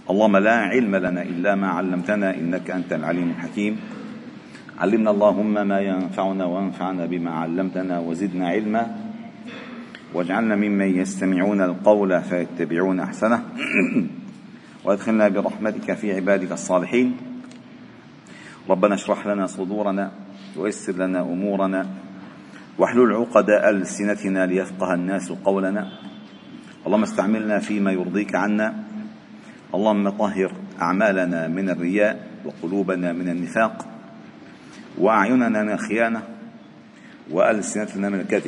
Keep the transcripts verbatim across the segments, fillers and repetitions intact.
اللهم لا علم لنا إلا ما علمتنا إنك أنت العليم الحكيم. علمنا اللهم ما ينفعنا وانفعنا بما علمتنا وزدنا علما، واجعلنا ممن يستمعون القول فيتبعون أحسنه وادخلنا برحمتك في عبادك الصالحين. ربنا اشرح لنا صدورنا ويسر لنا أمورنا واحلل عقد ألسنتنا ليفقه الناس قولنا. اللهم استعملنا فيما يرضيك عنا. اللهم طهر أعمالنا من الرياء وقلوبنا من النفاق وأعيننا من الخيانة وألسنتنا من الكذب.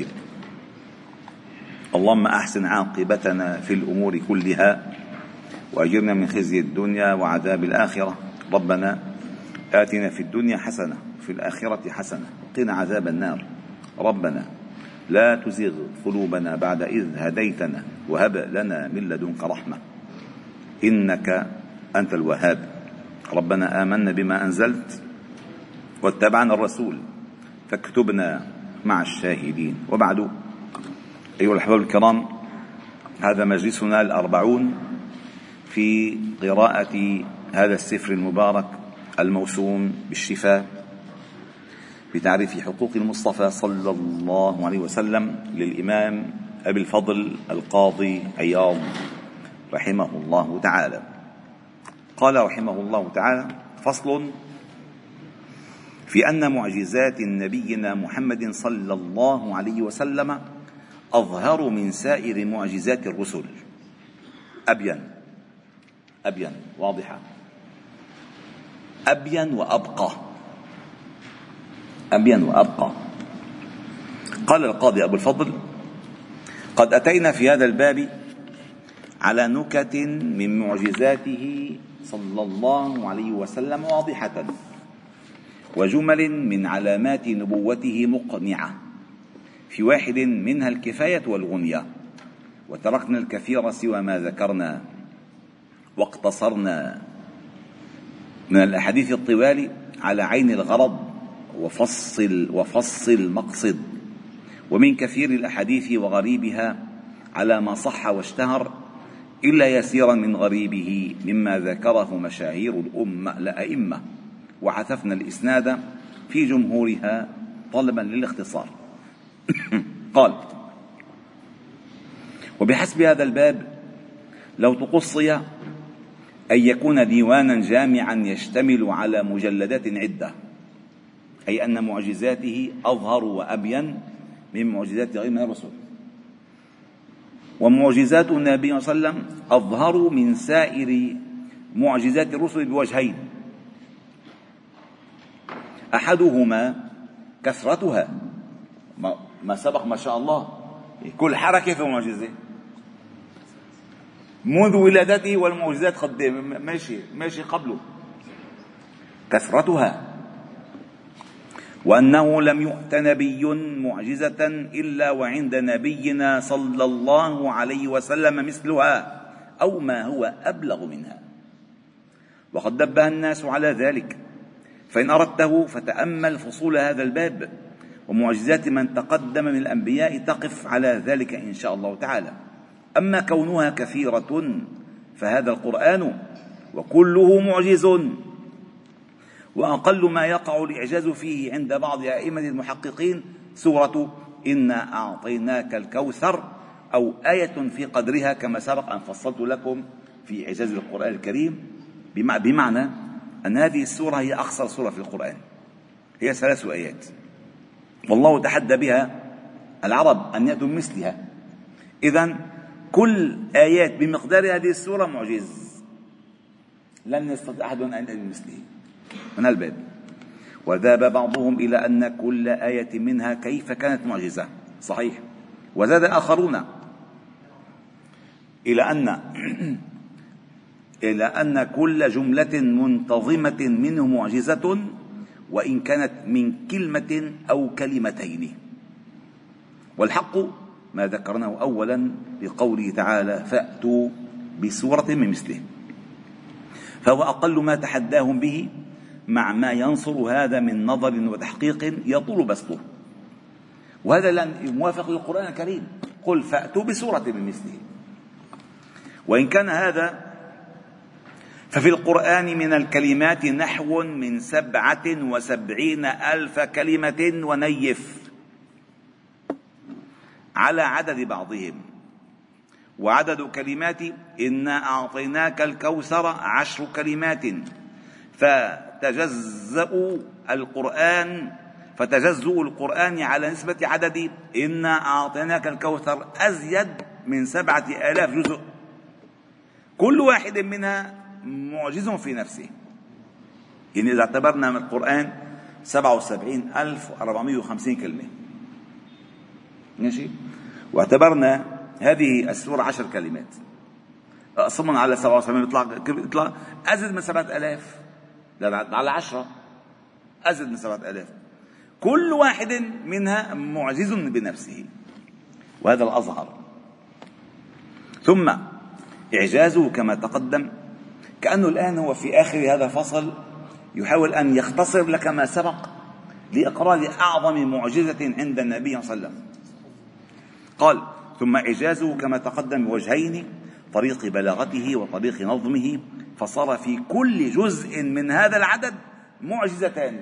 اللهم أحسن عاقبتنا في الأمور كلها وأجرنا من خزي الدنيا وعذاب الآخرة. ربنا آتنا في الدنيا حسنة وفي الآخرة حسنة وقنا عذاب النار. ربنا لا تزغ قلوبنا بعد إذ هديتنا وهب لنا من لدنك رحمة إنك أنت الوهاب. ربنا آمنا بما أنزلت واتبعنا الرسول فاكتبنا مع الشاهدين. وبعد، أيها الأحباب الكرام، هذا مجلسنا الأربعون في قراءة هذا السفر المبارك الموسوم بالشفاء بتعريف حقوق المصطفى صلى الله عليه وسلم للإمام أبي الفضل القاضي عياض رحمه الله تعالى. قال رحمه الله تعالى: فصل في أن معجزات نبينا محمد صلى الله عليه وسلم أظهر من سائر معجزات الرسل، أبين أبين واضحة، أبين وأبقى، أبين وأبقى. قال القاضي أبو الفضل: قد أتينا في هذا الباب على نكت من معجزاته صلى الله عليه وسلم واضحة، وجمل من علامات نبوته مقنعة، في واحد منها الكفاية والغنية، وتركنا الكثير سوى ما ذكرنا، واقتصرنا من الأحاديث الطوال على عين الغرض وفصل وفصل المقصد، ومن كثير الأحاديث وغريبها على ما صح واشتهر، إلا يسيرا من غريبه مما ذكره مشاهير الأمة الأئمة، وحذفنا الإسناد في جمهورها طلبا للاختصار. قال: وبحسب هذا الباب لو تقصي أن يكون ديوانا جامعا يشتمل على مجلدات عدة، أي أن معجزاته أظهر وأبين من معجزات غير من الرسل، ومعجزات النبي صلى الله عليه وسلم أظهر من سائر معجزات الرسل بوجهين: أحدهما كثرتها، ما سبق ما شاء الله كل حركة في معجزة منذ ولادته، والمعجزات قدام ماشي ماشي قبله، كثرتها، وأنه لم يؤت نبي معجزة إلا وعند نبينا صلى الله عليه وسلم مثلها أو ما هو أبلغ منها، وقد نبه الناس على ذلك. فإن أردته فتأمل فصول هذا الباب ومعجزات من تقدم من الأنبياء تقف على ذلك إن شاء الله تعالى. أما كونها كثيرة فهذا القرآن وكله معجز، وأقل ما يقع الإعجاز فيه عند بعض أئمة المحققين سورة إنا أعطيناك الكوثر، أو آية في قدرها كما سبق أن فصلت لكم في إعجاز القرآن الكريم، بمعنى أن هذه السورة هي أقصر سورة في القرآن، هي ثلاث آيات، والله تحدى بها العرب أن يأتوا بمثلها. إذن كل آيات بمقدار هذه السورة معجز، لن يستطيع أحد أن يأتي بمثله من الباب. وذهب بعضهم إلى أن كل آية منها كيف كانت معجزة، صحيح، وزاد آخرون إلى أن إلى أن كل جملة منتظمة منه معجزة، وإن كانت من كلمة أو كلمتين. والحق ما ذكرناه أولا بقوله تعالى: فأتوا بسورة من مثله، فهو أقل ما تحداهم به، مع ما ينصر هذا من نظر وتحقيق يطول بسطه، وهذا لن يوافق للقرآن الكريم: قل فأتوا بسورة من مثله. وإن كان هذا ففي القرآن من الكلمات نحو من سبعة وسبعين ألف كلمة ونيف على عدد بعضهم، وعدد كلمات إنا أعطيناك الكوثر عشر كلمات، فتجزأ القرآن فتجزؤ القرآن على نسبة عدد إنا أعطيناك الكوثر أزيد من سبعة آلاف جزء، كل واحد منها معجز في نفسه. يعني إذا اعتبرنا من القرآن سبعة وسبعين ألف وأربعمائة وخمسين كلمة، ماشي، واعتبرنا هذه السورة عشر كلمات، أقسمنا على سبعة وسبعين يطلع يطلع أزيد من سبعة آلاف، على عشرة أزيد من سبعة آلاف، كل واحد منها معجز بنفسه، وهذا الأظهر. ثم إعجازه كما تقدم كأنه الآن هو في آخر هذا الفصل يحاول أن يختصر لك ما سبق لإقرار أعظم معجزة عند النبي صلى الله عليه وسلم. قال: ثم إعجازه كما تقدم بوجهين، طريق بلاغته وطريق نظمه، فصار في كل جزء من هذا العدد معجزتان،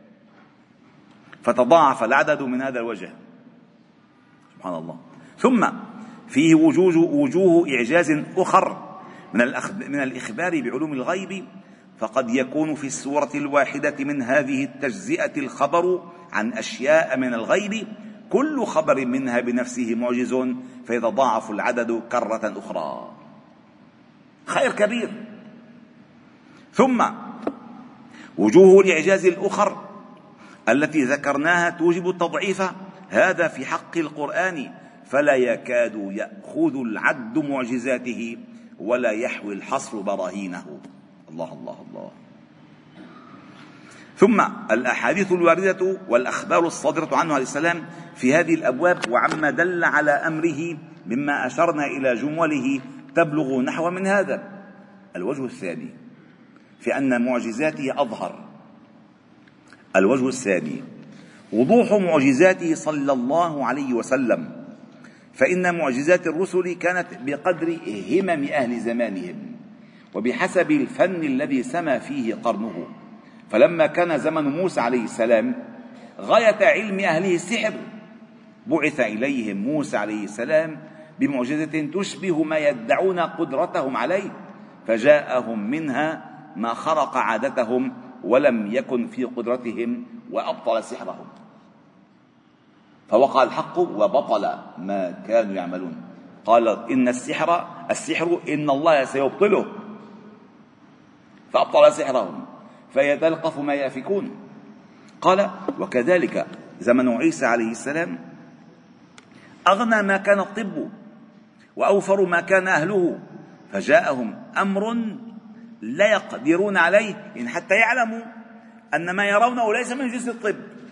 فتضاعف العدد من هذا الوجه، سبحان الله. ثم فيه وجوه, وجوه إعجاز أخر من الإخبار بعلوم الغيب، فقد يكون في السورة الواحدة من هذه التجزئة الخبر عن أشياء من الغيب كل خبر منها بنفسه معجز، فيتضاعف العدد كرة أخرى، خير كبير. ثم وجوه الإعجاز الأخر التي ذكرناها توجب التضعيف، هذا في حق القرآن، فلا يكاد يأخذ العد معجزاته ولا يحوي الحصر براهينه. الله الله الله. ثم الأحاديث الواردة والأخبار الصادرة عنه عليه السلام في هذه الأبواب وعما دل على أمره مما أشرنا إلى جمله تبلغ نحو من هذا. الوجه الثاني في أن معجزاته أظهر. الوجه الثاني وضوح معجزاته صلى الله عليه وسلم، فإن معجزات الرسل كانت بقدر همم أهل زمانهم وبحسب الفن الذي سما فيه قرنه. فلما كان زمن موسى عليه السلام غاية علم أهله السحر، بعث إليهم موسى عليه السلام بمعجزة تشبه ما يدعون قدرتهم عليه، فجاءهم منها ما خرق عادتهم ولم يكن في قدرتهم وأبطل سحرهم، فوقع الحق وبطل ما كانوا يعملون. قال: إن السحر السحر إن الله سيبطله، فأبطل سحرهم فيتلقف ما يأفكون. قال: وكذلك زمن عيسى عليه السلام أغنى ما كان الطب وأوفر ما كان أهله، فجاءهم أمر لا يقدرون عليه إن حتى يعلموا أن ما يرونه ليس من جنس الطب.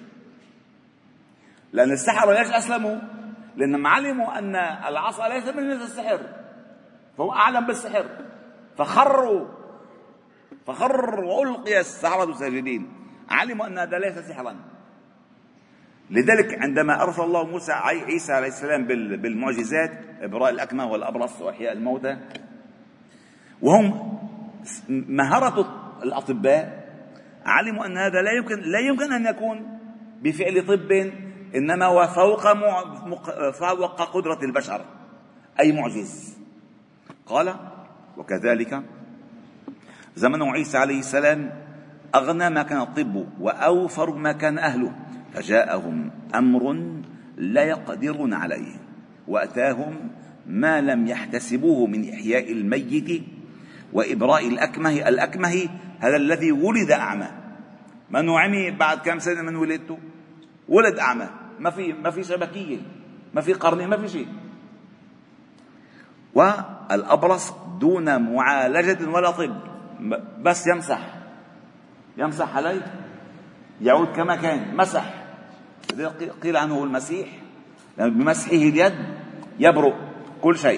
لأن السحرة ليش أسلموا؟ لأنهم علموا أن العصا ليس من جنس السحر، فهو أعلم بالسحر، فخروا فخر وألقي السحرة ساجدين، علموا أن هذا ليس سحرا. لذلك عندما أرسل الله موسى عيسى عليه السلام بالمعجزات، إبراء الأكمه والأبرص وإحياء الموتى، وهم مهرة الأطباء، علموا أن هذا لا يمكن لا يمكن أن يكون بفعل طب، إنما هو فوق فوق قدرة البشر، أي معجز. قال: وكذلك زمن عيسى عليه السلام أغنى ما كان الطب وأوفر ما كان أهله، فجاءهم أمر لا يقدرون عليه، وأتاهم ما لم يحتسبوه من إحياء الميت وإبراء الأكمه. الأكمه هذا الذي ولد أعمى، من عمي بعد كم سنة من ولدته ولد أعمى، ما في ما في شبكية، ما في قرنية، ما في شيء. والأبرص دون معالجة ولا طب، بس يمسح يمسح عليه يعود كما كان، مسح. قيل عنه المسيح، لأن بمسحه اليد يبرئ كل شيء،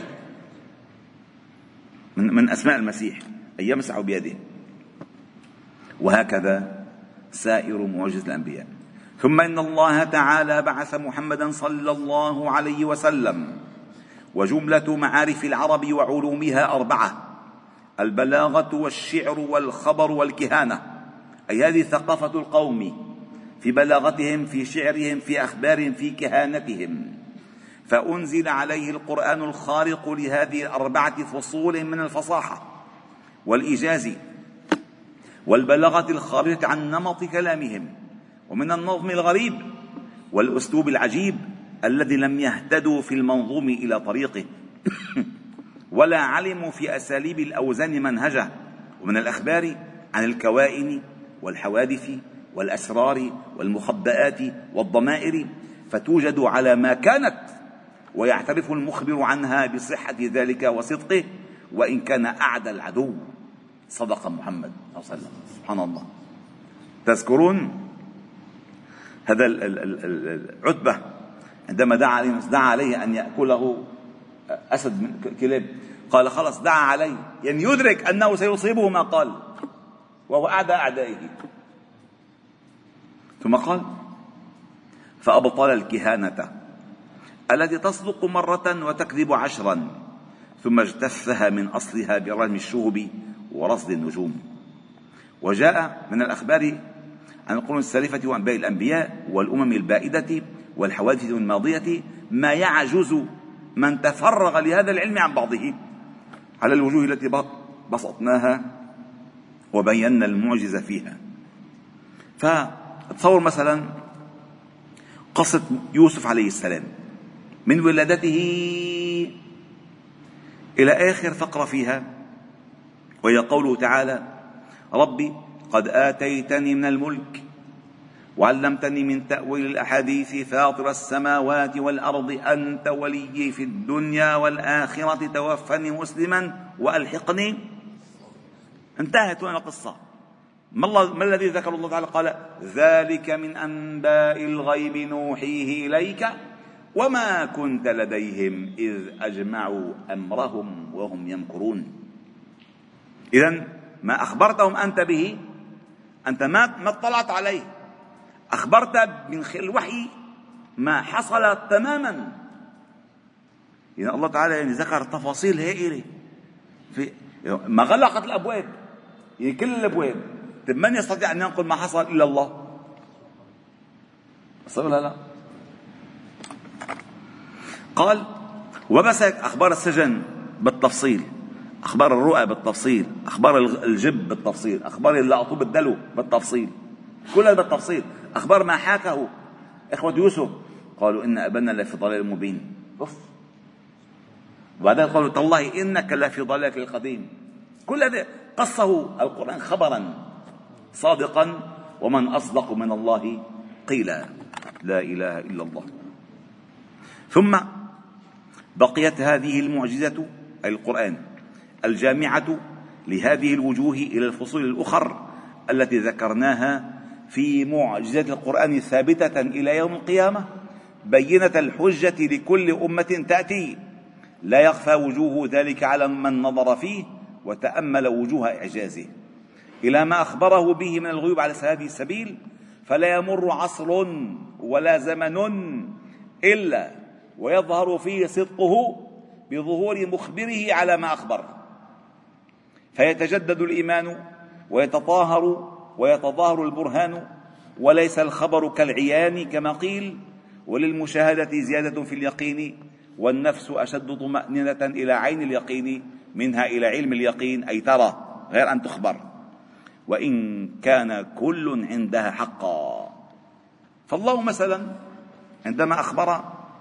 من, من أسماء المسيح أن يمسح بيده. وهكذا سائر معجزة الأنبياء. ثم إن الله تعالى بعث محمدا صلى الله عليه وسلم، وجملة معارف العرب وعلومها أربعة: البلاغة والشعر والخبر والكهانة، أي هذه ثقافة القوم في بلاغتهم، في شعرهم، في أخبارهم، في كهانتهم. فأنزل عليه القرآن الخارق لهذه الأربعة فصول من الفصاحة والإيجاز والبلاغة الخارجة عن نمط كلامهم، ومن النظم الغريب والأسلوب العجيب الذي لم يهتدوا في المنظوم إلى طريقه ولا علموا في أساليب الأوزان منهجه، ومن الأخبار عن الكوائن والحوادث والأسرار والمخبآت والضمائر، فتوجد على ما كانت، ويعترف المخبر عنها بصحة ذلك وصدقه، وإن كان أعدى العدو. صدق محمد صلى الله عليه وسلم. سبحان الله. تذكرون هذا العتبة عندما دعا عليه أن يأكله أسد من كلاب، قال خلص دعا عليه، يعني يدرك أنه سيصيبه ما قال، وهو أعدى أعدائه. ثم قال: فأبطل الكهانة التي تصدق مرة وتكذب عشرا، ثم اجتثها من أصلها برمي الشهب ورصد النجوم. وجاء من الأخبار عن القرون السالفة وأنباء الأنبياء والأمم البائدة والحوادث الماضية ما يعجز من تفرغ لهذا العلم عن بعضه على الوجوه التي بسطناها وبينا المعجز فيها. فتصور مثلا قصة يوسف عليه السلام من ولادته إلى آخر فقرة فيها، وهي قوله تعالى: ربي قد آتيتني من الملك وعلمتني من تأويل الأحاديث فاطر السماوات والأرض أنت وليي في الدنيا والآخرة توفني مسلما وألحقني. انتهت هنا القصة. ما الذي ذكر الله تعالى؟ قال: ذلك من أنباء الغيب نوحيه إليك وما كنت لديهم إذ أجمعوا أمرهم وهم يمكرون. إذن ما أخبرتهم أنت به أنت ما اطلعت عليه، أخبرت من خلال الوحي ما حصل تماما. يعني الله تعالى يعني ذكر تفاصيل هائلة في ما غلقت الأبواب، يعني كل الأبواب. من يستطيع أن ينقل ما حصل إلا الله؟ صح ولا لا؟ قال: وبس أخبار السجن بالتفصيل، أخبار الرؤى بالتفصيل، أخبار الجب بالتفصيل، أخبار اللقطو بالدلو بالتفصيل، كلها بالتفصيل. أخبار ما حاكه إخوة يوسف، قالوا إن أبانا لفي ضلال مبين. أوف. وبعدين قالوا تالله إنك لفي ضلالك القديم. كل هذا قصه القرآن خبرا صادقا، ومن أصدق من الله قيلا. لا إله إلا الله. ثم بقيت هذه المعجزة أي القرآن الجامعة لهذه الوجوه إلى الفصول الأخر التي ذكرناها في معجزة القرآن ثابتة إلى يوم القيامة، بينة الحجة لكل أمة تأتي، لا يخفى وجوه ذلك على من نظر فيه وتأمل وجوه إعجازه إلى ما أخبره به من الغيوب على هذه السبيل. فلا يمر عصر ولا زمن إلا ويظهر فيه صدقه بظهور مخبره على ما أخبر، فيتجدد الإيمان ويتطاهر ويتظاهر البرهان، وليس الخبر كالعيان كما قيل، وللمشاهدة زيادة في اليقين، والنفس أشد طمأنينة إلى عين اليقين منها إلى علم اليقين، أي ترى غير أن تخبر، وإن كان كل عندها حقا. فالله مثلا عندما أخبر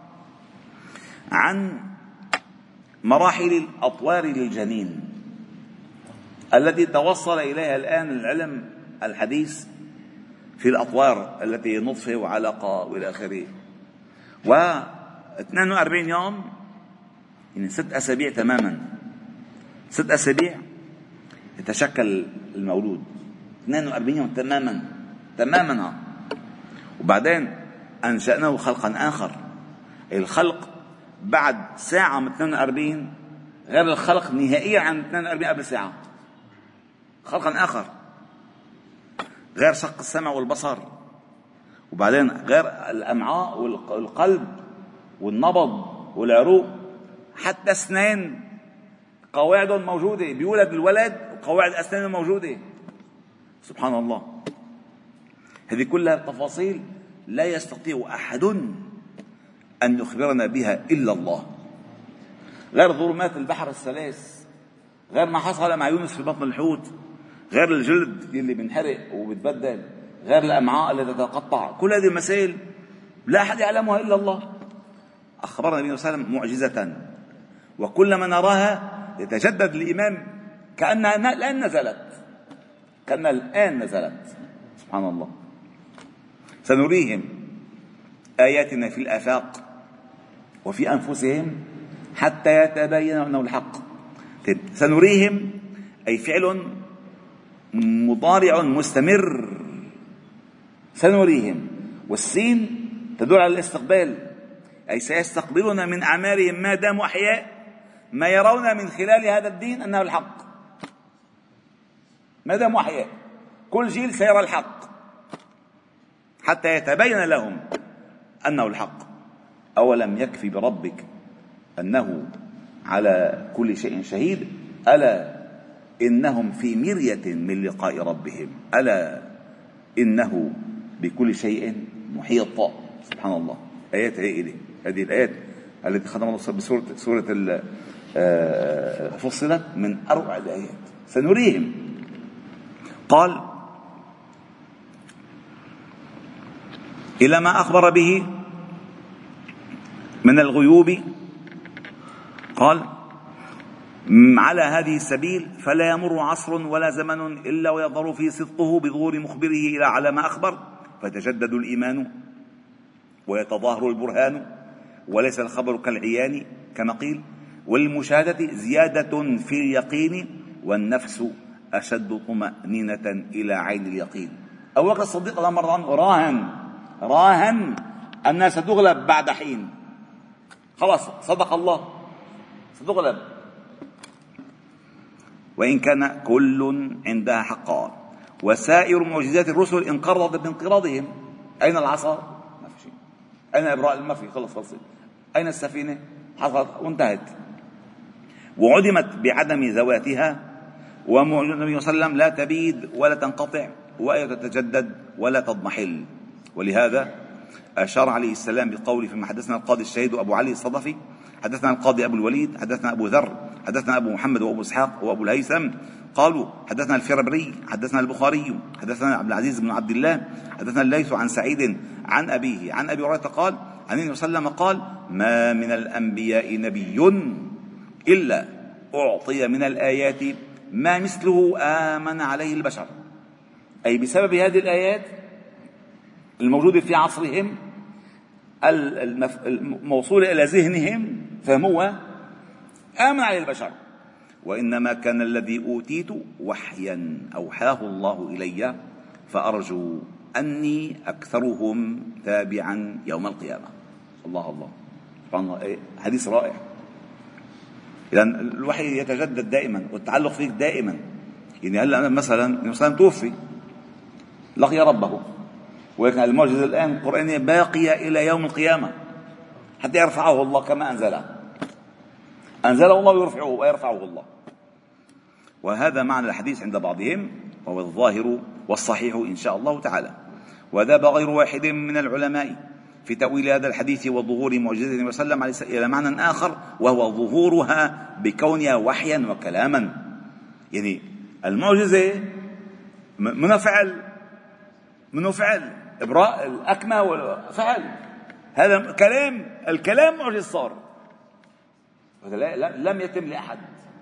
عن مراحل الأطوار للجنين التي توصل إليها الآن العلم الحديث في الأطوار التي نطفة وعلقة وإلى آخره، و اثنين وأربعين يوم يعني ست أسابيع تماما، ست أسابيع يتشكل المولود، اثنين وأربعين يوم تماما تماما. وبعدين أنشأناه خلقا آخر. الخلق بعد ساعة من اثنين وأربعين غير الخلق نهائيا عن اثنين وأربعين قبل ساعة، خلقا آخر، غير شق السمع والبصر، وبعدين غير الأمعاء والقلب والنبض والعروق، حتى أسنان قواعد موجودة، بيولد الولد وقواعد أسنان موجودة. سبحان الله. هذه كلها تفاصيل لا يستطيع أحد أن يخبرنا بها إلا الله، غير ظلمات البحر الثلاث، غير ما حصل مع يونس في بطن الحوت، غير الجلد اللي بينحرق وبيتبدل، غير الأمعاء اللي تتقطع. كل هذه المسائل لا أحد يعلمها إلا الله. أخبرنا النبي صلى الله عليه وسلم معجزة، وكلما نراها يتجدد الإيمان كأنها الآن نزلت، كأنها الآن نزلت. سبحان الله. سنريهم آياتنا في الآفاق وفي أنفسهم حتى يتبين أنه الحق. سنريهم أي فعل مضارع مستمر، سنريهم، والسين تدل على الاستقبال، أي سيستقبلون من أعمالهم ما داموا أحياء ما يرون من خلال هذا الدين أنه الحق. ما داموا أحياء كل جيل سيرى الحق حتى يتبين لهم أنه الحق. أولم يكفي بربك أنه على كل شيء شهيد، ألا إنهم في مرية من لقاء ربهم، ألا إنه بكل شيء محيط. سبحان الله. آيات هائلة. هذه الآيات التي ختم الله بسورة سورة فصلت من أروع الآيات. سنريهم. قال إلى ما أخبر به من الغيوب، قال على هذه السبيل فلا يمر عصر ولا زمن إلا ويظهر فيه صدقه بظهور مخبره إلى على ما أخبر، فتجدد الإيمان ويتظاهر البرهان، وليس الخبر كالعيان كما قيل، والمشاهدة زيادة في اليقين، والنفس أشد طمأنينة إلى عين اليقين. أبو بكر الصديق الله مرة عنه راهن راهن أنها ستغلب بعد حين، خلاص صدق الله، ستغلب. وإن كان كل عندها حقا، وسائر معجزات الرسل انقرضت بانقراضهم. أين العصا؟ ما في شيء. أين إبراء؟ ما في، خلص خلص. أين السفينة؟ حصلت وانتهت وعدمت بعدم ذواتها. ومعجزة النبي صلى الله عليه وسلم لا تبيد ولا تنقطع ولا تتجدد ولا تضمحل. ولهذا أشار عليه السلام بقوله فيما حدثنا القاضي الشهيد أبو علي الصدفي، حدثنا القاضي أبو الوليد، حدثنا أبو ذر، حدثنا أبو محمد وأبو إسحاق وأبو الهيثم قالوا حدثنا الفربري، حدثنا البخاري، حدثنا عبد العزيز بن عبد الله، حدثنا الليث عن سعيد عن أبيه عن أبي هريرة قال عن النبي صلى الله عليه وسلم قال ما من الأنبياء نبي إلا أعطي من الآيات ما مثله آمن عليه البشر. أي بسبب هذه الآيات الموجودة في عصرهم الموصولة إلى ذهنهم فهموها آمن عليه البشر. وإنما كان الذي أوتيت وحيا أوحاه الله إلي، فأرجو أني أكثرهم تابعا يوم القيامة. الله الله. سبحان الله. حديث رائع. لأن الوحي يتجدد دائما والتعلق فيك دائما. يعني هلا مثلا الإنسان توفي لقي ربه، ولكن المعجزة الآن القرآنية باقية إلى يوم القيامة حتى يرفعه الله كما أنزله. أنزله الله ويرفعه ويرفعه الله. وهذا معنى الحديث عند بعضهم، وهو الظاهر والصحيح إن شاء الله تعالى. وذهب غير واحد من العلماء في تأويل هذا الحديث وظهور معجزة النبي صلى الله عليه وسلم إلى معنى آخر، وهو ظهورها بكونها وحيا وكلاما. يعني المعجزة منه فعل، منه فعل إبراء الأكمى والفعل، هذا كلام، الكلام معجز صار، لم يتم لأحد،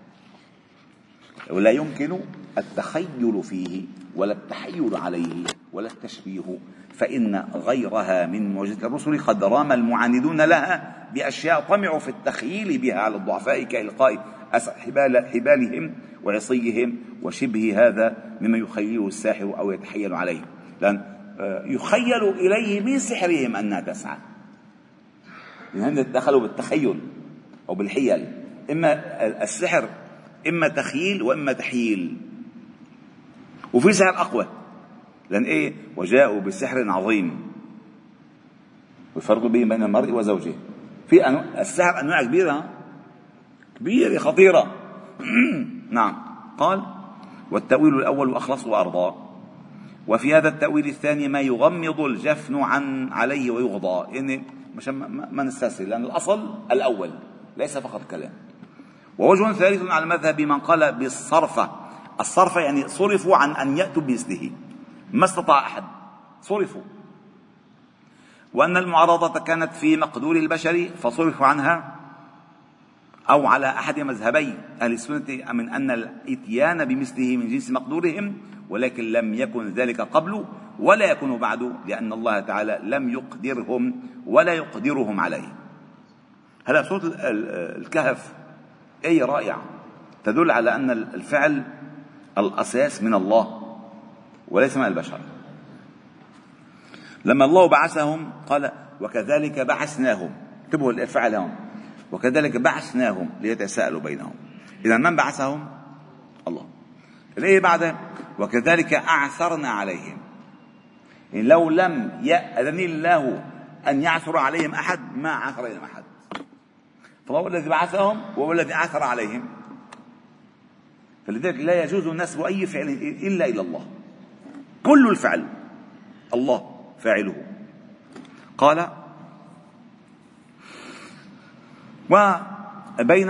ولا يمكن التخيل فيه ولا التحيل عليه ولا التشبيه، فإن غيرها من معجزة الرسل قد رام المعاندون لها بأشياء طمعوا في التخيل بها على الضعفاء كإلقاء حبالهم وعصيهم وشبه هذا مما يخيله الساحر أو يتحيل عليه، لأن يخيل إليه من سحرهم أنها تسعى. لأنهم دخلوا بالتخيل أو بالحيل، إما السحر إما تخيل وإما تحييل، وفي سحر أقوى، لأن إيه وجاءوا بسحر عظيم، والفرق بين المرء وزوجه. في أنواع السحر، أنواع كبيرة كبيرة خطيرة نعم. قال: والتأويل الأول أخلص وأرضى، وفي هذا التأويل الثاني ما يغمض الجفن عن عليه ويغضى، يعني مشان ما نستسهل، لأن الأصل الأول ليس فقط كلام. ووجه ثالث على المذهب من قال بالصرفة. الصرفة يعني صرفوا عن أن يأتوا بمثله، ما استطاع أحد، صرفوا. وأن المعارضة كانت في مقدور البشر فصرفوا عنها، أو على أحد مذهبي أهل السنة من أن الإتيان بمثله من جنس مقدورهم، ولكن لم يكن ذلك قبل ولا يكون بعد، لأن الله تعالى لم يقدرهم ولا يقدرهم عليه. هذا سورة الكهف آية رائعة تدل على أن الفعل الأساس من الله وليس من البشر. لما الله بعثهم قال: وكذلك بعثناهم، انتبهوا الفعل هون، وكذلك بعثناهم ليتساءلوا بينهم. إذا من بعثهم؟ الله. الآية بعدها: وكذلك أعثرنا عليهم، يعني لو لم يأذن الله أن يعثر عليهم أحد ما عثر عليهم أحد، فهو الذي بعثهم وهو الذي أعثر عليهم. فلذلك لا يجوز نسب أي فعل إلا إلى الله، كل الفعل الله فاعله. قال: وبين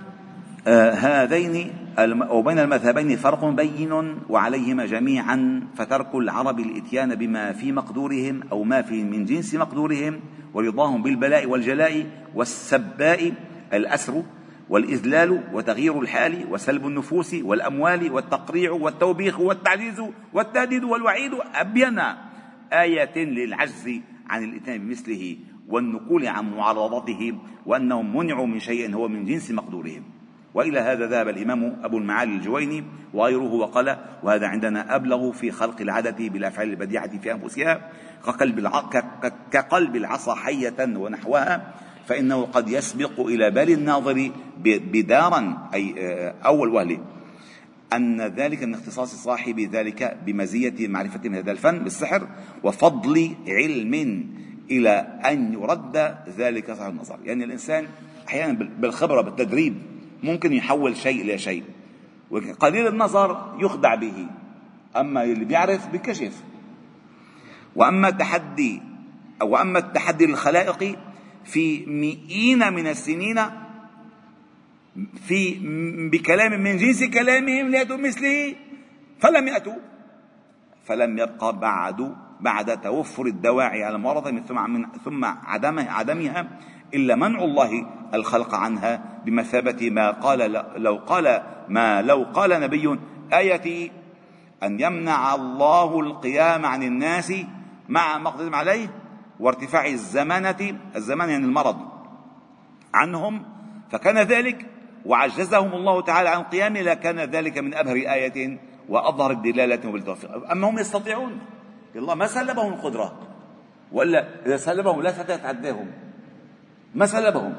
هذين وبين المذهبين فرق بين وعليهما جميعا، فترك العرب الاتيان بما في مقدورهم أو ما في من جنس مقدورهم، ورضاهم بالبلاء والجلاء والسباء الأسر والإذلال وتغيير الحال وسلب النفوس والأموال والتقريع والتوبيخ والتعزيز والتهديد والوعيد، أبين آية للعجز عن الاتيان بمثله والنقول عن معارضته، وأنهم منعوا من شيء هو من جنس مقدورهم. وإلى هذا ذهب الإمام أبو المعالي الجويني وغيره، وقال: وهذا عندنا أبلغ في خلق العادة بالأفعال البديعة في أنفسها كقلب العصا حية ونحوها، فإنه قد يسبق إلى بال الناظر بدارا أي أول وهله أن ذلك من اختصاص صاحب ذلك بمزية معرفة من هذا الفن بالسحر وفضل علم، إلى أن يرد ذلك صاحب النظر. يعني الإنسان أحيانا بالخبرة بالتدريب ممكن يحول شيء إلى شيء، وقليل النظر يخدع به، أما اللي بيعرف بكشف. وأما التحدي أو أما التحدي للخلائق في مئين من السنين في بكلام من جنس كلامهم ليأتوا مثله فلم يأتوا، فلم يبقى بعد بعد توفر الدواعي على المعارضة ثم ثم عدمها عدمها إلا منع الله الخلق عنها، بمثابة ما قال لو قال ما لو قال نبي: آيتي أن يمنع الله القيام عن الناس مع مقدرهم عليه وارتفاع الزمانة، الزمان يعني المرض، عنهم، فكان ذلك وعجزهم الله تعالى عن القيام، لكان ذلك من أبهر آية وأظهر الدلالة بالتوفيق. أما هم يستطيعون، الله ما سلبهم القدرة، وإلا إذا سلبهم لا تتعداهم، ما سلبهم.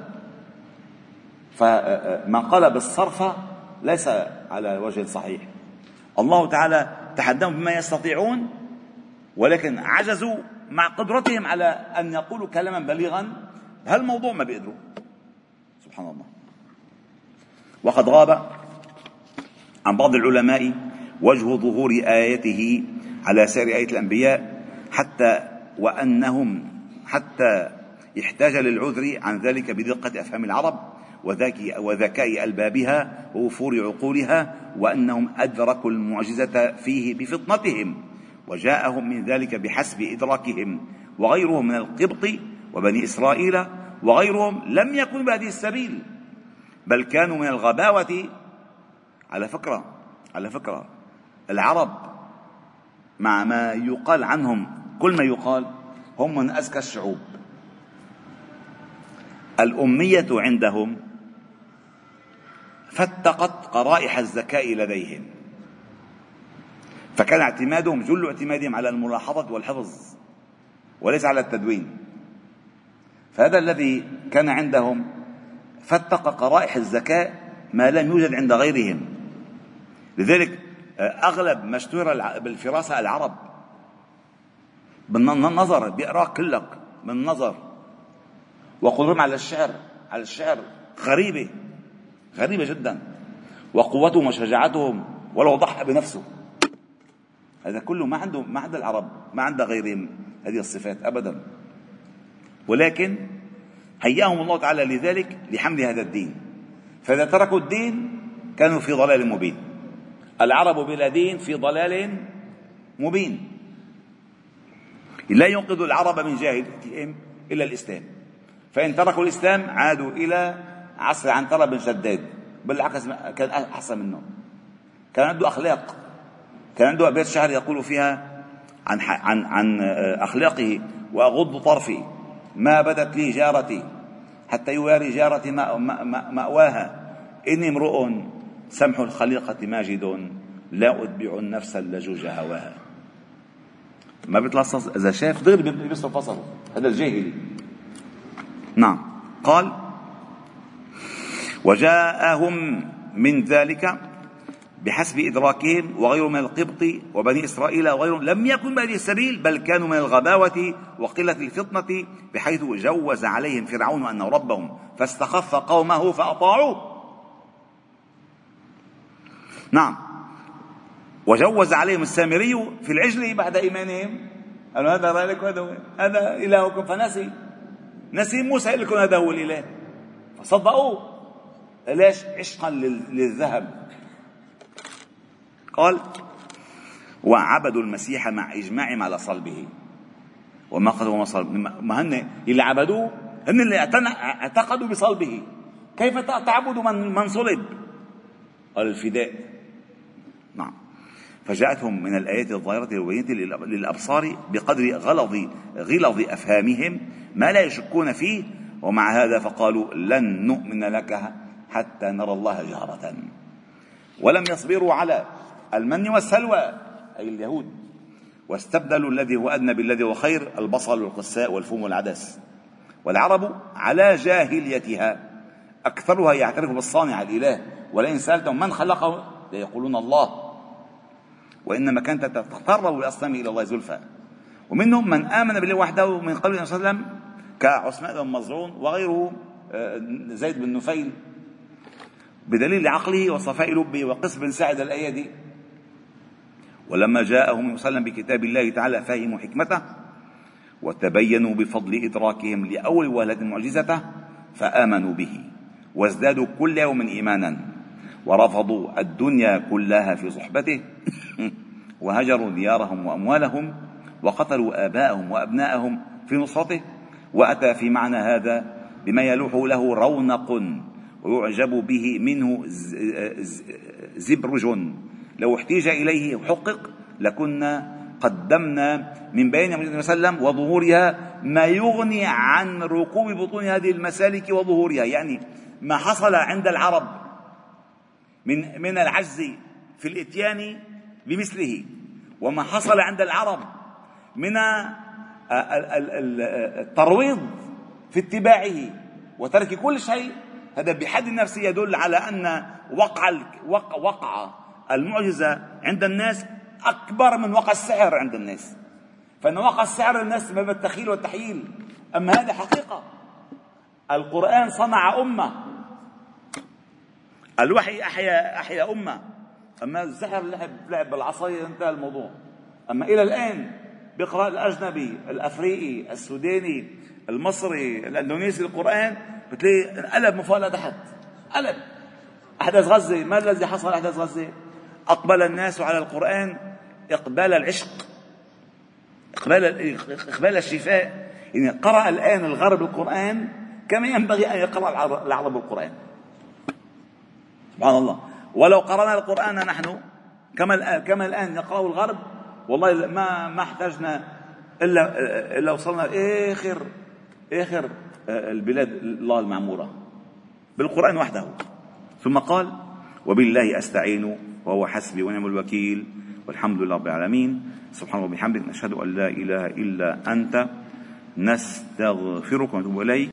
فمن قال بالصرف ليس على وجه صحيح. الله تعالى تحداهم بما يستطيعون، ولكن عجزوا مع قدرتهم على أن يقولوا كلاما بليغا، هالموضوع ما بيقدروا، سبحان الله. وقد غاب عن بعض العلماء وجه ظهور آيته على سائر آية الأنبياء، حتى وأنهم حتى يحتاج للعذر عن ذلك بدقة أفهام العرب وذكاء ألبابها ووفور عقولها، وأنهم أدركوا المعجزة فيه بفطنتهم، وجاءهم من ذلك بحسب إدراكهم. وغيرهم من القبط وبني إسرائيل وغيرهم لم يكن بهذه السبيل، بل كانوا من الغباوة. على فكرة على فكرة العرب مع ما يقال عنهم، كل ما يقال، هم من أذكى الشعوب. الأمية عندهم فتقت قرائح الذكاء لديهم، فكان اعتمادهم جل اعتمادهم على الملاحظة والحفظ وليس على التدوين. فهذا الذي كان عندهم فتق قرائح الذكاء ما لم يوجد عند غيرهم. لذلك أغلب ما اشتهر بالفراسة العرب بالنظر، بيقراك كلك بالنظر، وقدرهم على الشعر على الشعر غريبة غريبة جدا. وقوتهم وشجاعتهم، ولو ضحى بنفسه. هذا كله ما عنده ما عند العرب، ما عند غيرهم هذه الصفات أبدا، ولكن هيأهم الله تعالى لذلك لحمل هذا الدين. فإذا تركوا الدين كانوا في ضلال مبين. العرب بلا دين في ضلال مبين. لا ينقذ العرب من جاهليتهم إلا الإسلام، فإن تركوا الإسلام عادوا إلى عصر عنترة بن شداد، بالعكس كان أحسن منه، كان عنده أخلاق، كان عنده أبيات شعر يقول فيها عن, عن, عن أخلاقه: وأغض طرفي ما بدت لي جارتي حتى يواري جارتي مأواها، إني امرؤ سمح الخليقة ماجد لا أتبع النفس اللجوج هواها. ما بيتلصص، إذا شاف دغري بيصرف فصله، هذا الجاهلي. نعم. قال: وجاءهم من ذلك بحسب إدراكهم وغيرهم من القبط وبني إسرائيل وغيرهم لم يكن بهذه السبيل، بل كانوا من الغباوة وقلة الفطنة، بحيث جوز عليهم فرعون أنه ربهم فاستخف قومه فأطاعوه. نعم. وجوز عليهم السامري في العجل بعد إيمانهم، قالوا هذا رأيك هذا هذا إلهكم، فنسي نسي موسى لكم هذا هو الإله، فصدقوه. ليش؟ عشقا للذهب. قال: وعبدوا المسيح مع إجماعهم على صلبه وما قدوا وما صلب. ما هن اللي عبدوه، هن اللي اعتقدوا بصلبه. كيف تعبدوا من, من صلب؟ قال: الفداء. نعم. فجاءتهم من الآيات الظاهرة البينة للأبصار بقدر غلظ غلظ أفهامهم ما لا يشكون فيه، ومع هذا فقالوا: لن نؤمن لك حتى نرى الله جهرة. ولم يصبروا على المن والسلوى، أي اليهود، واستبدلوا الذي هو أدنى بالذي هو خير، البصل والقساء والفوم والعدس. والعرب على جاهليتها أكثرها يعترف بالصانع الإله، ولئن سألتهم من خلقه ليقولون الله، وإنما كانت تتقرب الأصنام إلى الله زلفى. ومنهم من آمن بالله وحده من قبل النبي صلى الله عليه وسلم كعثمان بن مظعون وغيره، زيد بن نفيل، بدليل عقله وصفاء لبه، وقس بن سعد الأيدي. ولما جاءهم صلى الله عليه وسلم بكتاب الله تعالى فهموا حكمته وتبينوا بفضل إدراكهم لأول وهلة معجزته، فآمنوا به وازدادوا كل يوم إيمانا، ورفضوا الدنيا كلها في صحبته وهجروا ديارهم وأموالهم وقتلوا آباءهم وأبناءهم في نصرته. وأتى في معنى هذا بما يلوح له رونق ويعجب به منه زبرج، لو احتيج إليه وحقق لكنا قدمنا من بين محمد صلى الله عليه وسلم وظهورها ما يغني عن ركوب بطون هذه المسالك وظهورها. يعني ما حصل عند العرب من من العجز في الاتيان بمثله، وما حصل عند العرب من الترويض في اتباعه وترك كل شيء، هذا بحد نفسه يدل على أن وقع وقع المعجزة عند الناس أكبر من وقع السحر عند الناس. فإن وقع السحر الناس ما بالتخيل والتحييل، أما هذا حقيقة. القرآن صنع أمة، الوحي أحيا أحيا أمة، أما السحر لعب لعب بالعصاية انتهى الموضوع. أما إلى الآن بيقرأ الأجنبي الأفريقي السوداني المصري الأندونيسي القرآن بتلاقي قلب مفاولة تحت قلب. أحداث غزة، ما الذي حصل أحداث غزة؟ أقبل الناس على القرآن إقبال العشق، إقبال إقبال الشفاء. يعني قرأ الآن الغرب القرآن كما ينبغي أن يقرأ العرب القرآن. سبحان الله. ولو قرأنا القرآن نحن كما الآن كما الآن يقرأ الغرب، والله ما ما احتجنا إلا إلا وصلنا آخر آخر البلاد الله المعمورة بالقرآن وحده. ثم قال: وبالله أستعين وهو حسبي ونعم الوكيل والحمد لله رب العالمين. سبحان الله وبحمده، نشهد أن لا إله إلا أنت، نستغفرك ونتوب إليك.